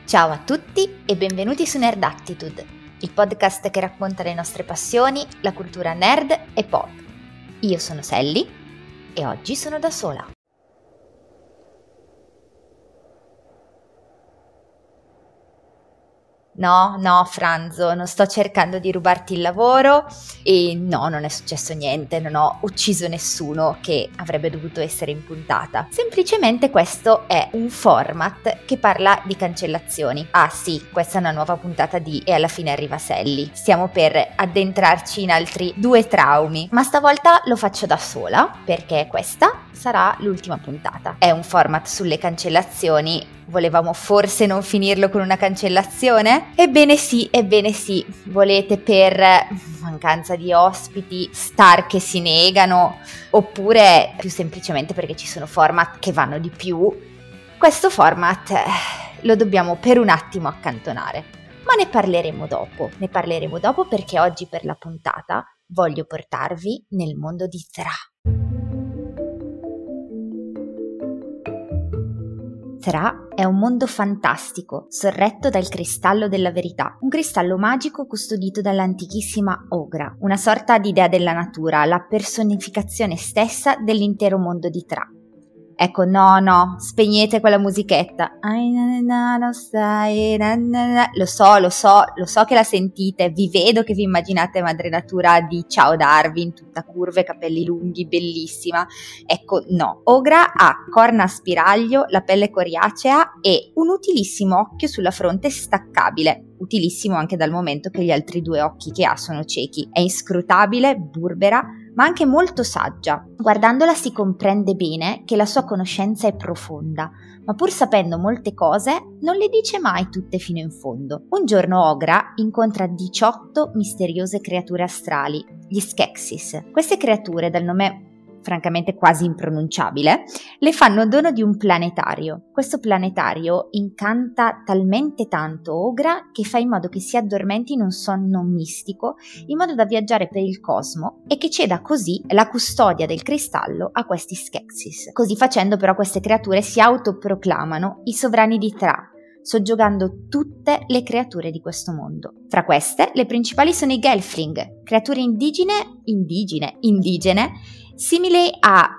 Ciao a tutti e benvenuti su Nerdattitude, il podcast che racconta le nostre passioni, la cultura nerd e pop. Io sono Sally e oggi sono da sola. No, Franzo, non sto cercando di rubarti il lavoro e no, non è successo niente, non ho ucciso nessuno che avrebbe dovuto essere in puntata. Semplicemente questo è un format che parla di cancellazioni. Ah sì, questa è una nuova puntata di E alla fine arriva Sally. Stiamo per addentrarci in altri 2 traumi, ma stavolta lo faccio da sola perché questa sarà l'ultima puntata. È un format sulle cancellazioni. Volevamo forse non finirlo con una cancellazione? Ebbene sì, volete per mancanza di ospiti, star che si negano, oppure più semplicemente perché ci sono format che vanno di più. Questo format lo dobbiamo per un attimo accantonare, ma ne parleremo dopo perché oggi per la puntata voglio portarvi nel mondo di Thra. Thra è un mondo fantastico, sorretto dal cristallo della verità, un cristallo magico custodito dall'antichissima Ogra, una sorta di dea della natura, la personificazione stessa dell'intero mondo di Thra. Ecco, no, spegnete quella musichetta. Lo so che la sentite, vi vedo che vi immaginate Madre Natura di Ciao Darwin, tutta curve, capelli lunghi, bellissima. Ecco, no. Ogra ha corna a spiraglio, la pelle coriacea e un utilissimo occhio sulla fronte staccabile. Utilissimo anche dal momento che gli altri 2 occhi che ha sono ciechi. È inscrutabile, burbera, ma anche molto saggia. Guardandola si comprende bene che la sua conoscenza è profonda, ma pur sapendo molte cose non le dice mai tutte fino in fondo. Un giorno Ogra incontra 18 misteriose creature astrali, gli Skeksis. Queste creature, dal nome francamente quasi impronunciabile, le fanno dono di un planetario. Questo planetario incanta talmente tanto Ogra che fa in modo che si addormenti in un sonno mistico, in modo da viaggiare per il cosmo e che ceda così la custodia del cristallo a questi Skeksis. Così facendo però queste creature si autoproclamano i sovrani di Thra, soggiogando tutte le creature di questo mondo. Tra queste, le principali sono i Gelfling, creature indigene, simili a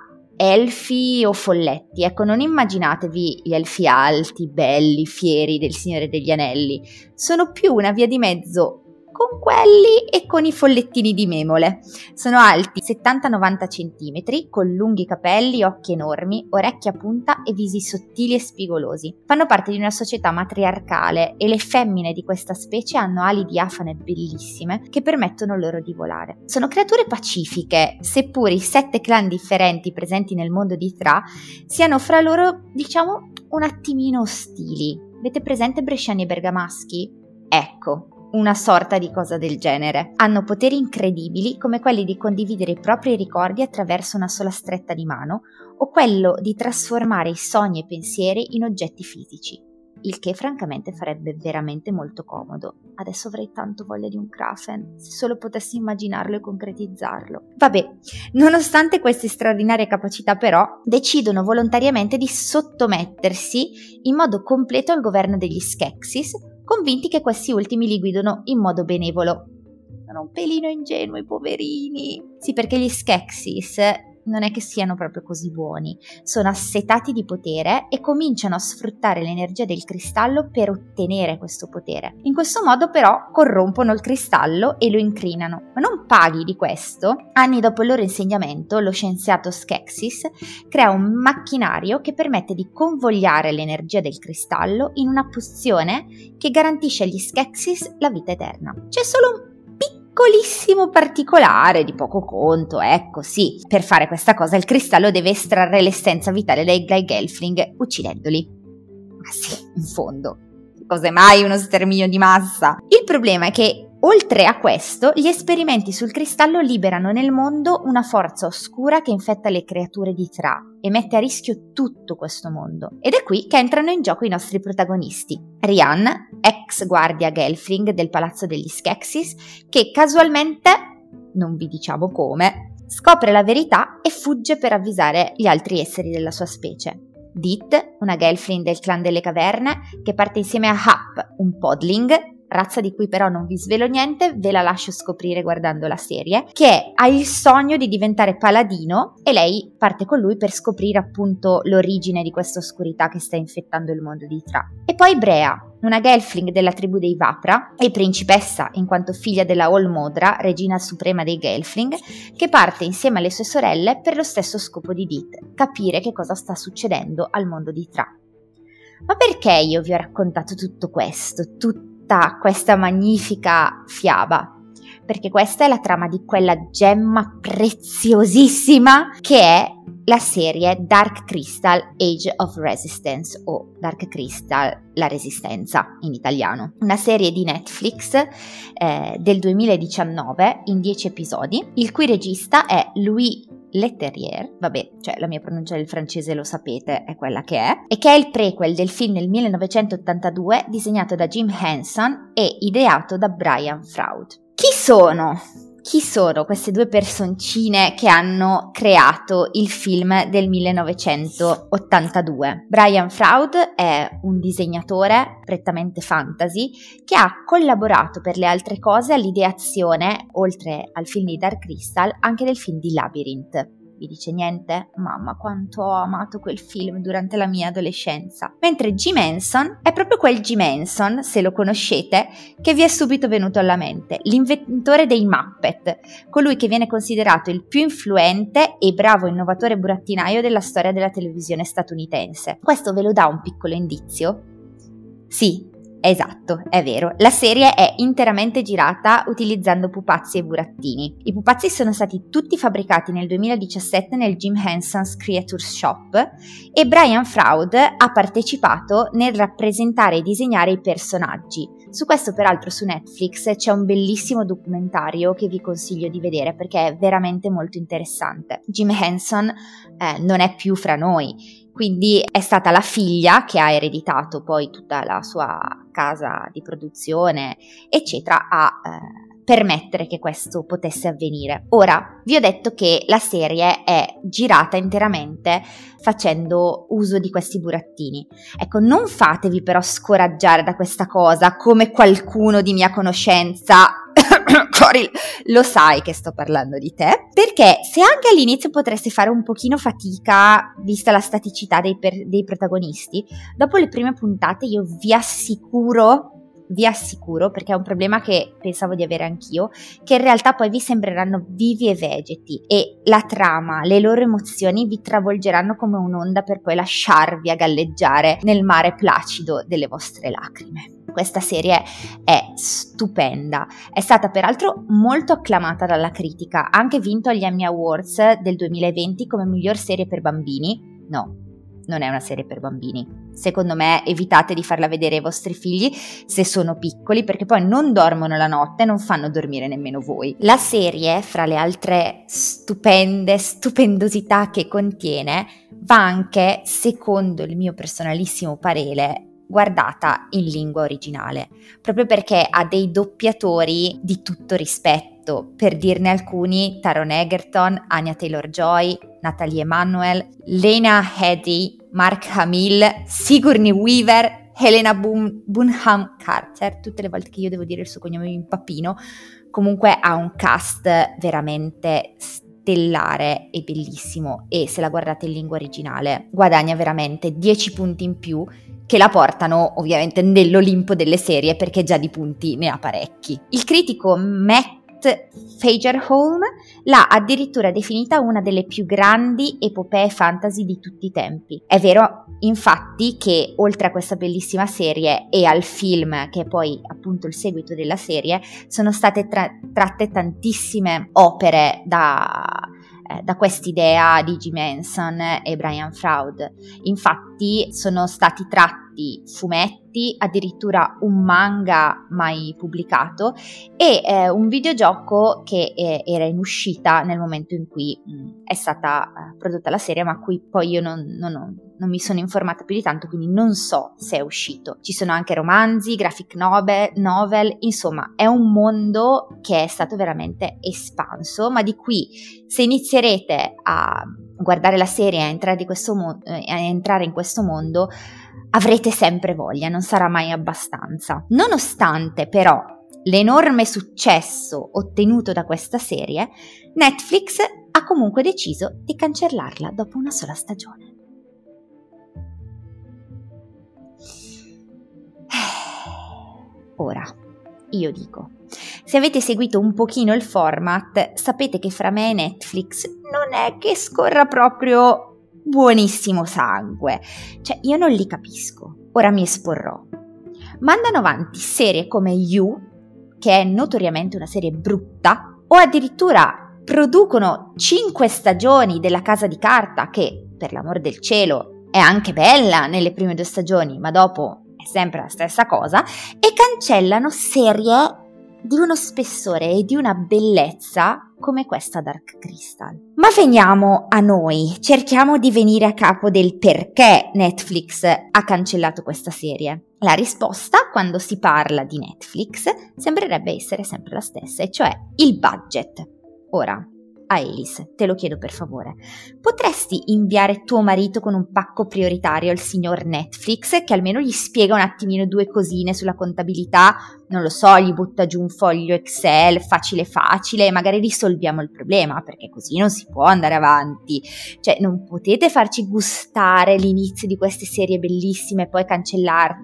elfi o folletti. Ecco, non immaginatevi gli elfi alti, belli, fieri del Signore degli Anelli. Sono più una via di mezzo con quelli e con i follettini di Memole. Sono alti 70-90 cm, con lunghi capelli, occhi enormi, orecchie a punta e visi sottili e spigolosi. Fanno parte di una società matriarcale e le femmine di questa specie hanno ali diafane bellissime che permettono loro di volare. Sono creature pacifiche, seppur i 7 clan differenti presenti nel mondo di Thra siano fra loro, diciamo, un attimino ostili. Avete presente bresciani e bergamaschi? Ecco, una sorta di cosa del genere. Hanno poteri incredibili come quelli di condividere i propri ricordi attraverso una sola stretta di mano o quello di trasformare i sogni e pensieri in oggetti fisici, il che francamente farebbe veramente molto comodo. Adesso avrei tanto voglia di un Kraken, se solo potessi immaginarlo e concretizzarlo. Vabbè, nonostante queste straordinarie capacità però, decidono volontariamente di sottomettersi in modo completo al governo degli Skeksis, convinti che questi ultimi li guidano in modo benevolo. Sono un pelino ingenui, poverini. Sì, perché gli Skeksis non è che siano proprio così buoni, sono assetati di potere e cominciano a sfruttare l'energia del cristallo per ottenere questo potere. In questo modo però corrompono il cristallo e lo incrinano. Ma non paghi di questo, anni dopo il loro insegnamento, lo scienziato Skeksis crea un macchinario che permette di convogliare l'energia del cristallo in una pozione che garantisce agli Skeksis la vita eterna. C'è solo un piccolissimo particolare di poco conto, ecco sì. Per fare questa cosa il cristallo deve estrarre l'essenza vitale dai Gelfling uccidendoli. Ma sì, in fondo, cos'è mai uno sterminio di massa? Il problema è che oltre a questo, gli esperimenti sul cristallo liberano nel mondo una forza oscura che infetta le creature di Thra e mette a rischio tutto questo mondo. Ed è qui che entrano in gioco i nostri protagonisti. Rian, ex guardia Gelfling del palazzo degli Skeksis, che casualmente, non vi diciamo come, scopre la verità e fugge per avvisare gli altri esseri della sua specie. Dit, una gelfling del clan delle caverne, che parte insieme a Hap, un podling, razza di cui però non vi svelo niente, ve la lascio scoprire guardando la serie, che ha il sogno di diventare paladino e lei parte con lui per scoprire appunto l'origine di questa oscurità che sta infettando il mondo di Thra. E poi Brea, una gelfling della tribù dei Vapra e principessa in quanto figlia della Allmodra, regina suprema dei gelfling, che parte insieme alle sue sorelle per lo stesso scopo di Dit, capire che cosa sta succedendo al mondo di Thra. Ma perché io vi ho raccontato tutto questo, tutta questa magnifica fiaba? Perché questa è la trama di quella gemma preziosissima che è la serie Dark Crystal Age of Resistance, o Dark Crystal La Resistenza in italiano. Una serie di Netflix del 2019 in 10 episodi, il cui regista è Louis Leterrier, vabbè, cioè la mia pronuncia del francese lo sapete, è quella che è, e che è il prequel del film del 1982 disegnato da Jim Henson e ideato da Brian Froud. Chi sono? Chi sono queste due personcine che hanno creato il film del 1982? Brian Froud è un disegnatore prettamente fantasy che ha collaborato per le altre cose all'ideazione, oltre al film di Dark Crystal, anche del film di Labyrinth. Vi dice niente? Mamma, quanto ho amato quel film durante la mia adolescenza. Mentre Jim Henson è proprio quel Jim Henson, se lo conoscete, che vi è subito venuto alla mente, l'inventore dei Muppet, colui che viene considerato il più influente e bravo innovatore burattinaio della storia della televisione statunitense. Questo ve lo dà un piccolo indizio? Sì. Esatto, è vero. La serie è interamente girata utilizzando pupazzi e burattini. I pupazzi sono stati tutti fabbricati nel 2017 nel Jim Henson's Creatures Shop e Brian Froud ha partecipato nel rappresentare e disegnare i personaggi. Su questo peraltro su Netflix c'è un bellissimo documentario che vi consiglio di vedere perché è veramente molto interessante. Jim Henson non è più fra noi. Quindi è stata la figlia che ha ereditato poi tutta la sua casa di produzione, eccetera, a permettere che questo potesse avvenire. Ora, vi ho detto che la serie è girata interamente facendo uso di questi burattini. Ecco, non fatevi però scoraggiare da questa cosa come qualcuno di mia conoscenza Cori, lo sai che sto parlando di te, perché se anche all'inizio potreste fare un pochino fatica vista la staticità dei protagonisti, dopo le prime puntate io vi assicuro, perché è un problema che pensavo di avere anch'io, che in realtà poi vi sembreranno vivi e vegeti e la trama, le loro emozioni vi travolgeranno come un'onda per poi lasciarvi a galleggiare nel mare placido delle vostre lacrime. Questa serie è stupenda, è stata peraltro molto acclamata dalla critica, ha anche vinto agli Emmy Awards del 2020 come miglior serie per bambini. No, non è una serie per bambini. Secondo me evitate di farla vedere ai vostri figli se sono piccoli perché poi non dormono la notte e non fanno dormire nemmeno voi. La serie, fra le altre stupendosità che contiene, va anche, secondo il mio personalissimo parere, guardata in lingua originale, proprio perché ha dei doppiatori di tutto rispetto, per dirne alcuni: Taron Egerton, Anya Taylor-Joy, Natalie Emanuel, Lena Headey, Mark Hamill, Sigourney Weaver, Helena Bonham Carter. Tutte le volte che io devo dire il suo cognome mi impappino. Comunque ha un cast veramente stellare e bellissimo e se la guardate in lingua originale guadagna veramente 10 punti in più che la portano ovviamente nell'Olimpo delle serie perché già di punti ne ha parecchi. Il critico Matt Fagerholm l'ha addirittura definita una delle più grandi epopee fantasy di tutti i tempi. È vero infatti che oltre a questa bellissima serie e al film che è poi appunto il seguito della serie sono state tratte tantissime opere da quest'idea di Jim Henson e Brian Froud. Infatti sono stati tratti fumetti, addirittura un manga mai pubblicato e un videogioco che era in uscita nel momento in cui è stata prodotta la serie, ma a cui poi io non mi sono informata più di tanto, quindi non so se è uscito. Ci sono anche romanzi, graphic novel, insomma è un mondo che è stato veramente espanso, ma di cui se inizierete a guardare la serie e entrare in questo mondo, avrete sempre voglia, non sarà mai abbastanza. Nonostante però l'enorme successo ottenuto da questa serie, Netflix ha comunque deciso di cancellarla dopo una sola stagione. Ora, io dico, se avete seguito un pochino il format, sapete che fra me e Netflix non è che scorra proprio buonissimo sangue. Cioè, io non li capisco. Ora mi esporrò. Mandano avanti serie come You, che è notoriamente una serie brutta, o addirittura producono 5 stagioni della Casa di Carta, che, per l'amor del cielo, è anche bella nelle prime 2 stagioni, ma dopo è sempre la stessa cosa, e cancellano serie di uno spessore e di una bellezza come questa Dark Crystal. Ma veniamo a noi, cerchiamo di venire a capo del perché Netflix ha cancellato questa serie. La risposta, quando si parla di Netflix, sembrerebbe essere sempre la stessa, e cioè il budget. Ora, Alice, te lo chiedo per favore, potresti inviare tuo marito con un pacco prioritario al signor Netflix, che almeno gli spiega un attimino 2 cosine sulla contabilità, non lo so, gli butta giù un foglio Excel facile e magari risolviamo il problema, perché così non si può andare avanti. Cioè, non potete farci gustare l'inizio di queste serie bellissime e poi cancellare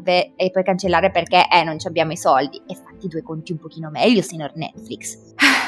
perché non ci abbiamo i soldi, e fatti 2 conti un pochino meglio, signor Netflix.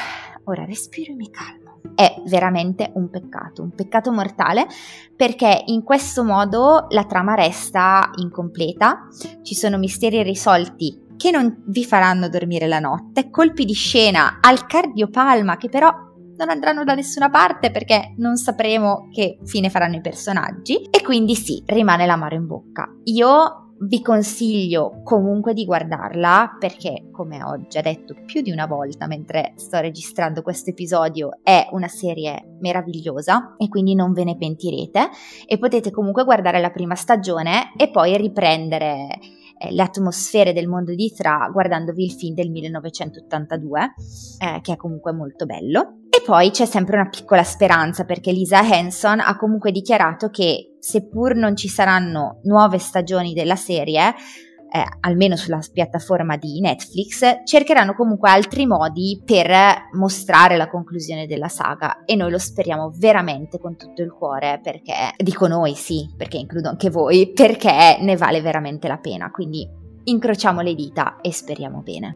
Ora respiro e mi calmo. È veramente un peccato mortale, perché in questo modo la trama resta incompleta, ci sono misteri irrisolti che non vi faranno dormire la notte, colpi di scena al cardiopalma che però non andranno da nessuna parte perché non sapremo che fine faranno i personaggi, e quindi sì, rimane l'amaro in bocca. Io vi consiglio comunque di guardarla perché, come ho già detto più di una volta mentre sto registrando questo episodio, è una serie meravigliosa e quindi non ve ne pentirete, e potete comunque guardare la prima stagione e poi riprendere le atmosfere del mondo di Thra guardandovi il film del 1982, che è comunque molto bello. E poi c'è sempre una piccola speranza, perché Lisa Hanson ha comunque dichiarato che, seppur non ci saranno nuove stagioni della serie, almeno sulla piattaforma di Netflix, cercheranno comunque altri modi per mostrare la conclusione della saga, e noi lo speriamo veramente con tutto il cuore, perché, dico noi sì, perché includo anche voi, perché ne vale veramente la pena, quindi incrociamo le dita e speriamo bene.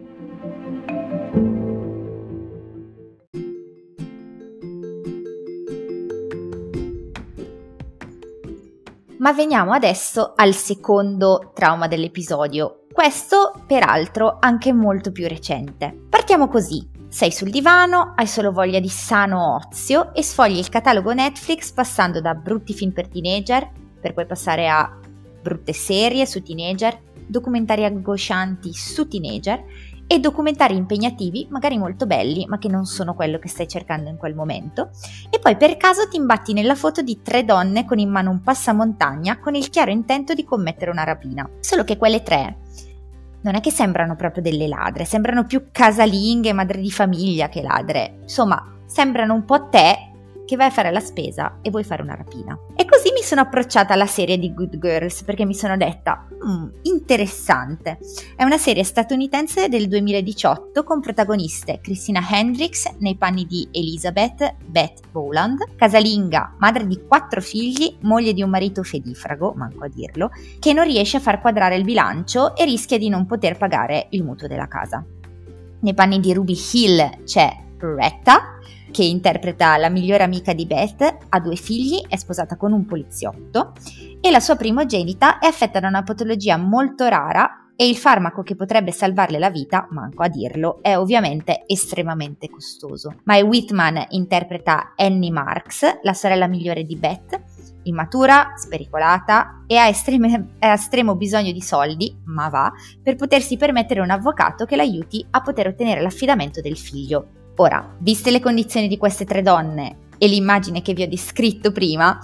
Ma veniamo adesso al secondo trauma dell'episodio, questo peraltro anche molto più recente. Partiamo così: sei sul divano, hai solo voglia di sano ozio e sfogli il catalogo Netflix passando da brutti film per teenager, per poi passare a brutte serie su teenager, documentari angoscianti su teenager e documentari impegnativi, magari molto belli, ma che non sono quello che stai cercando in quel momento, e poi per caso ti imbatti nella foto di 3 donne con in mano un passamontagna con il chiaro intento di commettere una rapina. Solo che quelle 3 non è che sembrano proprio delle ladre, sembrano più casalinghe, madri di famiglia che ladre. Insomma, sembrano un po' te che vai a fare la spesa e vuoi fare una rapina. E così mi sono approcciata alla serie di Good Girls, perché mi sono detta, interessante. È una serie statunitense del 2018 con protagoniste Christina Hendricks nei panni di Elizabeth Beth Boland, casalinga, madre di 4 figli, moglie di un marito fedifrago, manco a dirlo, che non riesce a far quadrare il bilancio e rischia di non poter pagare il mutuo della casa. Nei panni di Ruby Hill c'è Retta, che interpreta la migliore amica di Beth, ha 2 figli, è sposata con un poliziotto e la sua primogenita è affetta da una patologia molto rara, e il farmaco che potrebbe salvarle la vita, manco a dirlo, è ovviamente estremamente costoso. Mae Whitman interpreta Annie Marks, la sorella migliore di Beth, immatura, spericolata e ha estremo bisogno di soldi, ma va, per potersi permettere un avvocato che l'aiuti a poter ottenere l'affidamento del figlio. Ora, viste le condizioni di queste 3 donne e l'immagine che vi ho descritto prima,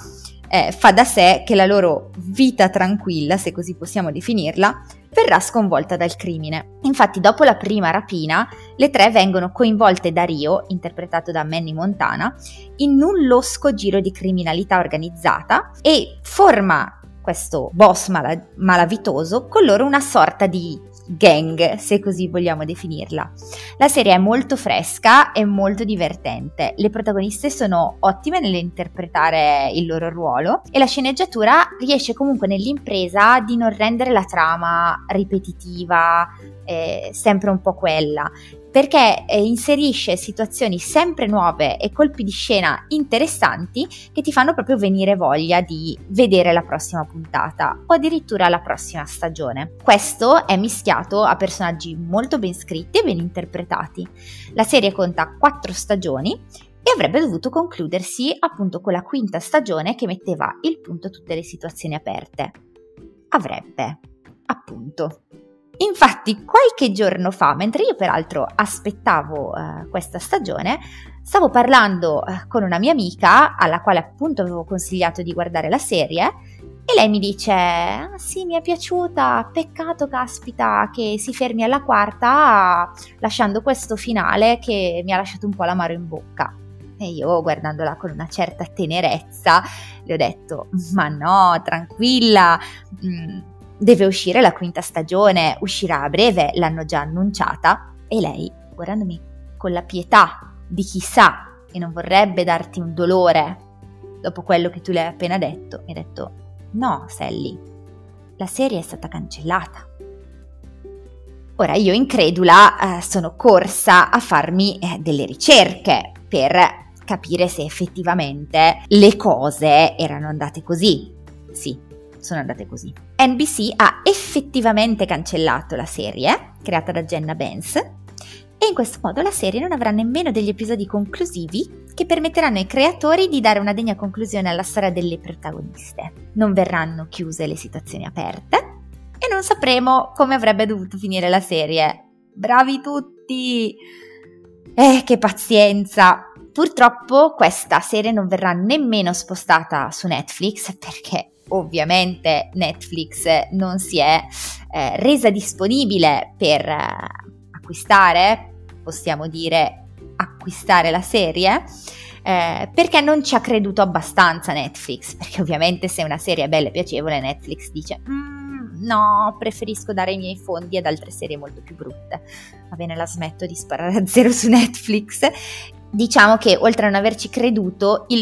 fa da sé che la loro vita tranquilla, se così possiamo definirla, verrà sconvolta dal crimine. Infatti, dopo la prima rapina, le tre vengono coinvolte da Rio, interpretato da Manny Montana, in un losco giro di criminalità organizzata e forma questo boss malavitoso con loro una sorta di gang, se così vogliamo definirla. La serie è molto fresca e molto divertente, le protagoniste sono ottime nell'interpretare il loro ruolo e la sceneggiatura riesce comunque nell'impresa di non rendere la trama ripetitiva, sempre un po' quella, perché inserisce situazioni sempre nuove e colpi di scena interessanti che ti fanno proprio venire voglia di vedere la prossima puntata o addirittura la prossima stagione. Questo è mischiato a personaggi molto ben scritti e ben interpretati. La serie conta 4 stagioni e avrebbe dovuto concludersi appunto con la quinta stagione che metteva il punto a tutte le situazioni aperte. Avrebbe, appunto. Infatti, qualche giorno fa, mentre io peraltro aspettavo questa stagione, stavo parlando con una mia amica alla quale appunto avevo consigliato di guardare la serie e lei mi dice: ah, sì, mi è piaciuta, peccato caspita che si fermi alla quarta lasciando questo finale che mi ha lasciato un po' l'amaro in bocca. E io, guardandola con una certa tenerezza, le ho detto: ma no, tranquilla, deve uscire la quinta stagione, uscirà a breve, l'hanno già annunciata. E lei, guardandomi con la pietà di chi sa e non vorrebbe darti un dolore dopo quello che tu le hai appena detto, mi ha detto: no, Sally, la serie è stata cancellata. Ora io, incredula, sono corsa a farmi delle ricerche per capire se effettivamente le cose erano andate così. Sì, sono andate così. NBC ha effettivamente cancellato la serie, creata da Jenna Bans, e in questo modo la serie non avrà nemmeno degli episodi conclusivi che permetteranno ai creatori di dare una degna conclusione alla storia delle protagoniste. Non verranno chiuse le situazioni aperte e non sapremo come avrebbe dovuto finire la serie. Bravi tutti! Che pazienza! Purtroppo questa serie non verrà nemmeno spostata su Netflix perché ovviamente Netflix non si è resa disponibile per acquistare, possiamo dire acquistare la serie, perché non ci ha creduto abbastanza Netflix, perché ovviamente se una serie è bella e piacevole Netflix dice no, preferisco dare i miei fondi ad altre serie molto più brutte. Va bene, la smetto di sparare a zero su Netflix. Diciamo che oltre a non averci creduto, il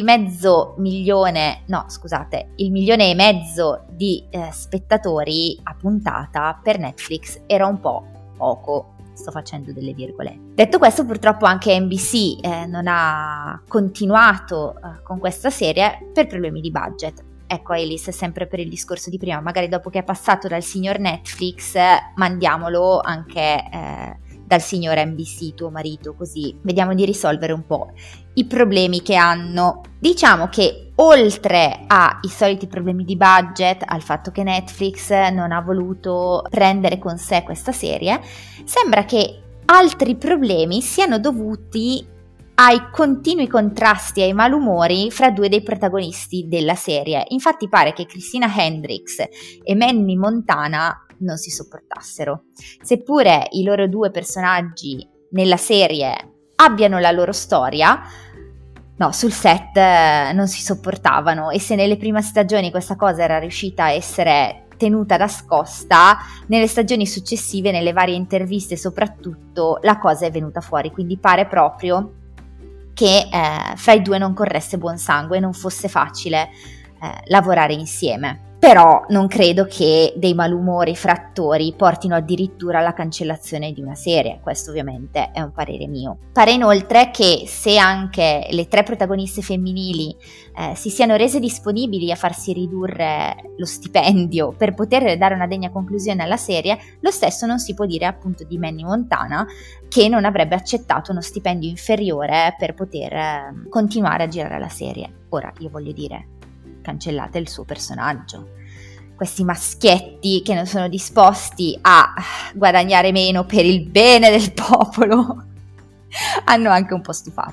1,5 milioni di spettatori a puntata per Netflix era un po' poco. Sto facendo delle virgolette. Detto questo, purtroppo anche NBC non ha continuato con questa serie per problemi di budget. Ecco, Alice, sempre per il discorso di prima, magari dopo che è passato dal signor Netflix, mandiamolo anche dal signor NBC, tuo marito, così vediamo di risolvere un po' i problemi che hanno. Diciamo che oltre ai soliti problemi di budget, al fatto che Netflix non ha voluto prendere con sé questa serie, sembra che altri problemi siano dovuti ai continui contrasti e ai malumori fra due dei protagonisti della serie. Infatti pare che Christina Hendricks e Manny Montana non si sopportassero. Seppure i loro due personaggi nella serie abbiano la loro storia, no, sul set non si sopportavano, e se nelle prime stagioni questa cosa era riuscita a essere tenuta nascosta, nelle stagioni successive, nelle varie interviste soprattutto, la cosa è venuta fuori, quindi pare proprio che fra i due non corresse buon sangue, non fosse facile lavorare insieme. Però non credo che dei malumori fra attori portino addirittura alla cancellazione di una serie, questo ovviamente è un parere mio. Pare inoltre che se anche le tre protagoniste femminili si siano rese disponibili a farsi ridurre lo stipendio per poter dare una degna conclusione alla serie, lo stesso non si può dire appunto di Manny Montana, che non avrebbe accettato uno stipendio inferiore per poter continuare a girare la serie. Ora, io voglio dire, cancellate il suo personaggio. Questi maschietti che non sono disposti a guadagnare meno per il bene del popolo hanno anche un po' stufato.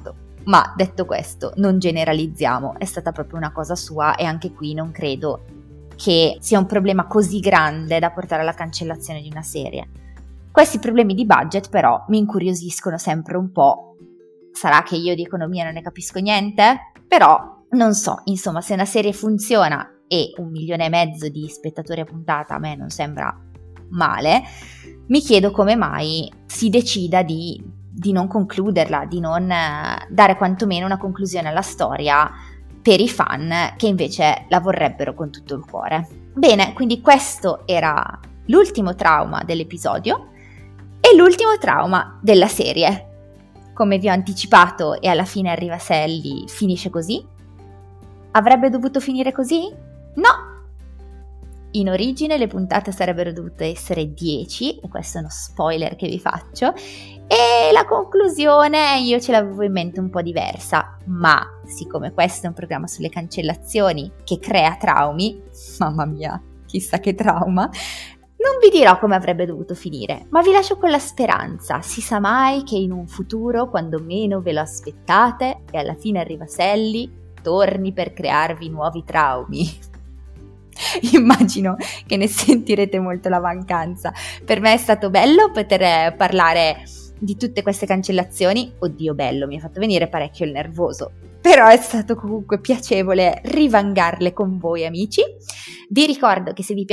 Ma detto questo, non generalizziamo, è stata proprio una cosa sua e anche qui non credo che sia un problema così grande da portare alla cancellazione di una serie. Questi problemi di budget però mi incuriosiscono sempre un po'. Sarà che io di economia non ne capisco niente? Però non so, insomma, se una serie funziona e 1,5 milioni di spettatori a puntata a me non sembra male, mi chiedo come mai si decida di non concluderla, di non dare quantomeno una conclusione alla storia per i fan che invece la vorrebbero con tutto il cuore. Bene, quindi questo era l'ultimo trauma dell'episodio e l'ultimo trauma della serie. Come vi ho anticipato e alla fine arriva Sally, finisce così? Avrebbe dovuto finire così? No! In origine le puntate sarebbero dovute essere 10, e questo è uno spoiler che vi faccio, e la conclusione io ce l'avevo in mente un po' diversa, ma siccome questo è un programma sulle cancellazioni che crea traumi, mamma mia, chissà che trauma, non vi dirò come avrebbe dovuto finire, ma vi lascio con la speranza, si sa mai che in un futuro, quando meno ve lo aspettate, e alla fine arriva Sally, torni per crearvi nuovi traumi. Immagino che ne sentirete molto la mancanza. Per me è stato bello poter parlare di tutte queste cancellazioni. Oddio, bello, mi ha fatto venire parecchio il nervoso. Però è stato comunque piacevole rivangarle con voi, amici. Vi ricordo che se vi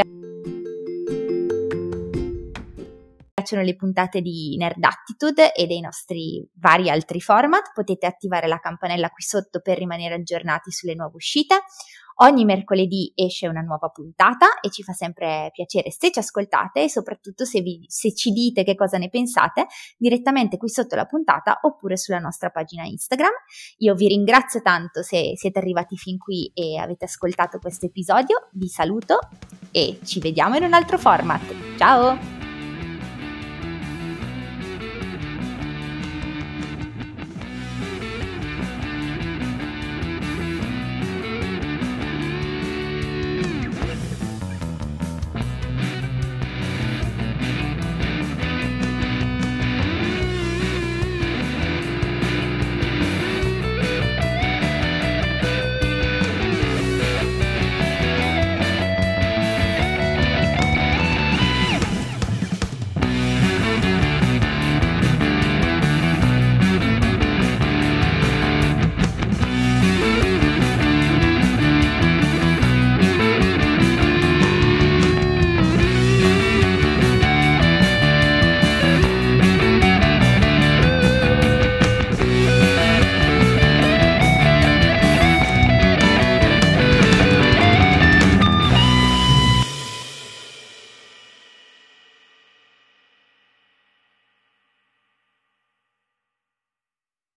piacciono le puntate di Nerd Attitude e dei nostri vari altri format, potete attivare la campanella qui sotto per rimanere aggiornati sulle nuove uscite. Ogni mercoledì esce una nuova puntata e ci fa sempre piacere se ci ascoltate e soprattutto se ci dite che cosa ne pensate direttamente qui sotto la puntata oppure sulla nostra pagina Instagram. Io vi ringrazio tanto se siete arrivati fin qui e avete ascoltato questo episodio, vi saluto e ci vediamo in un altro format. Ciao!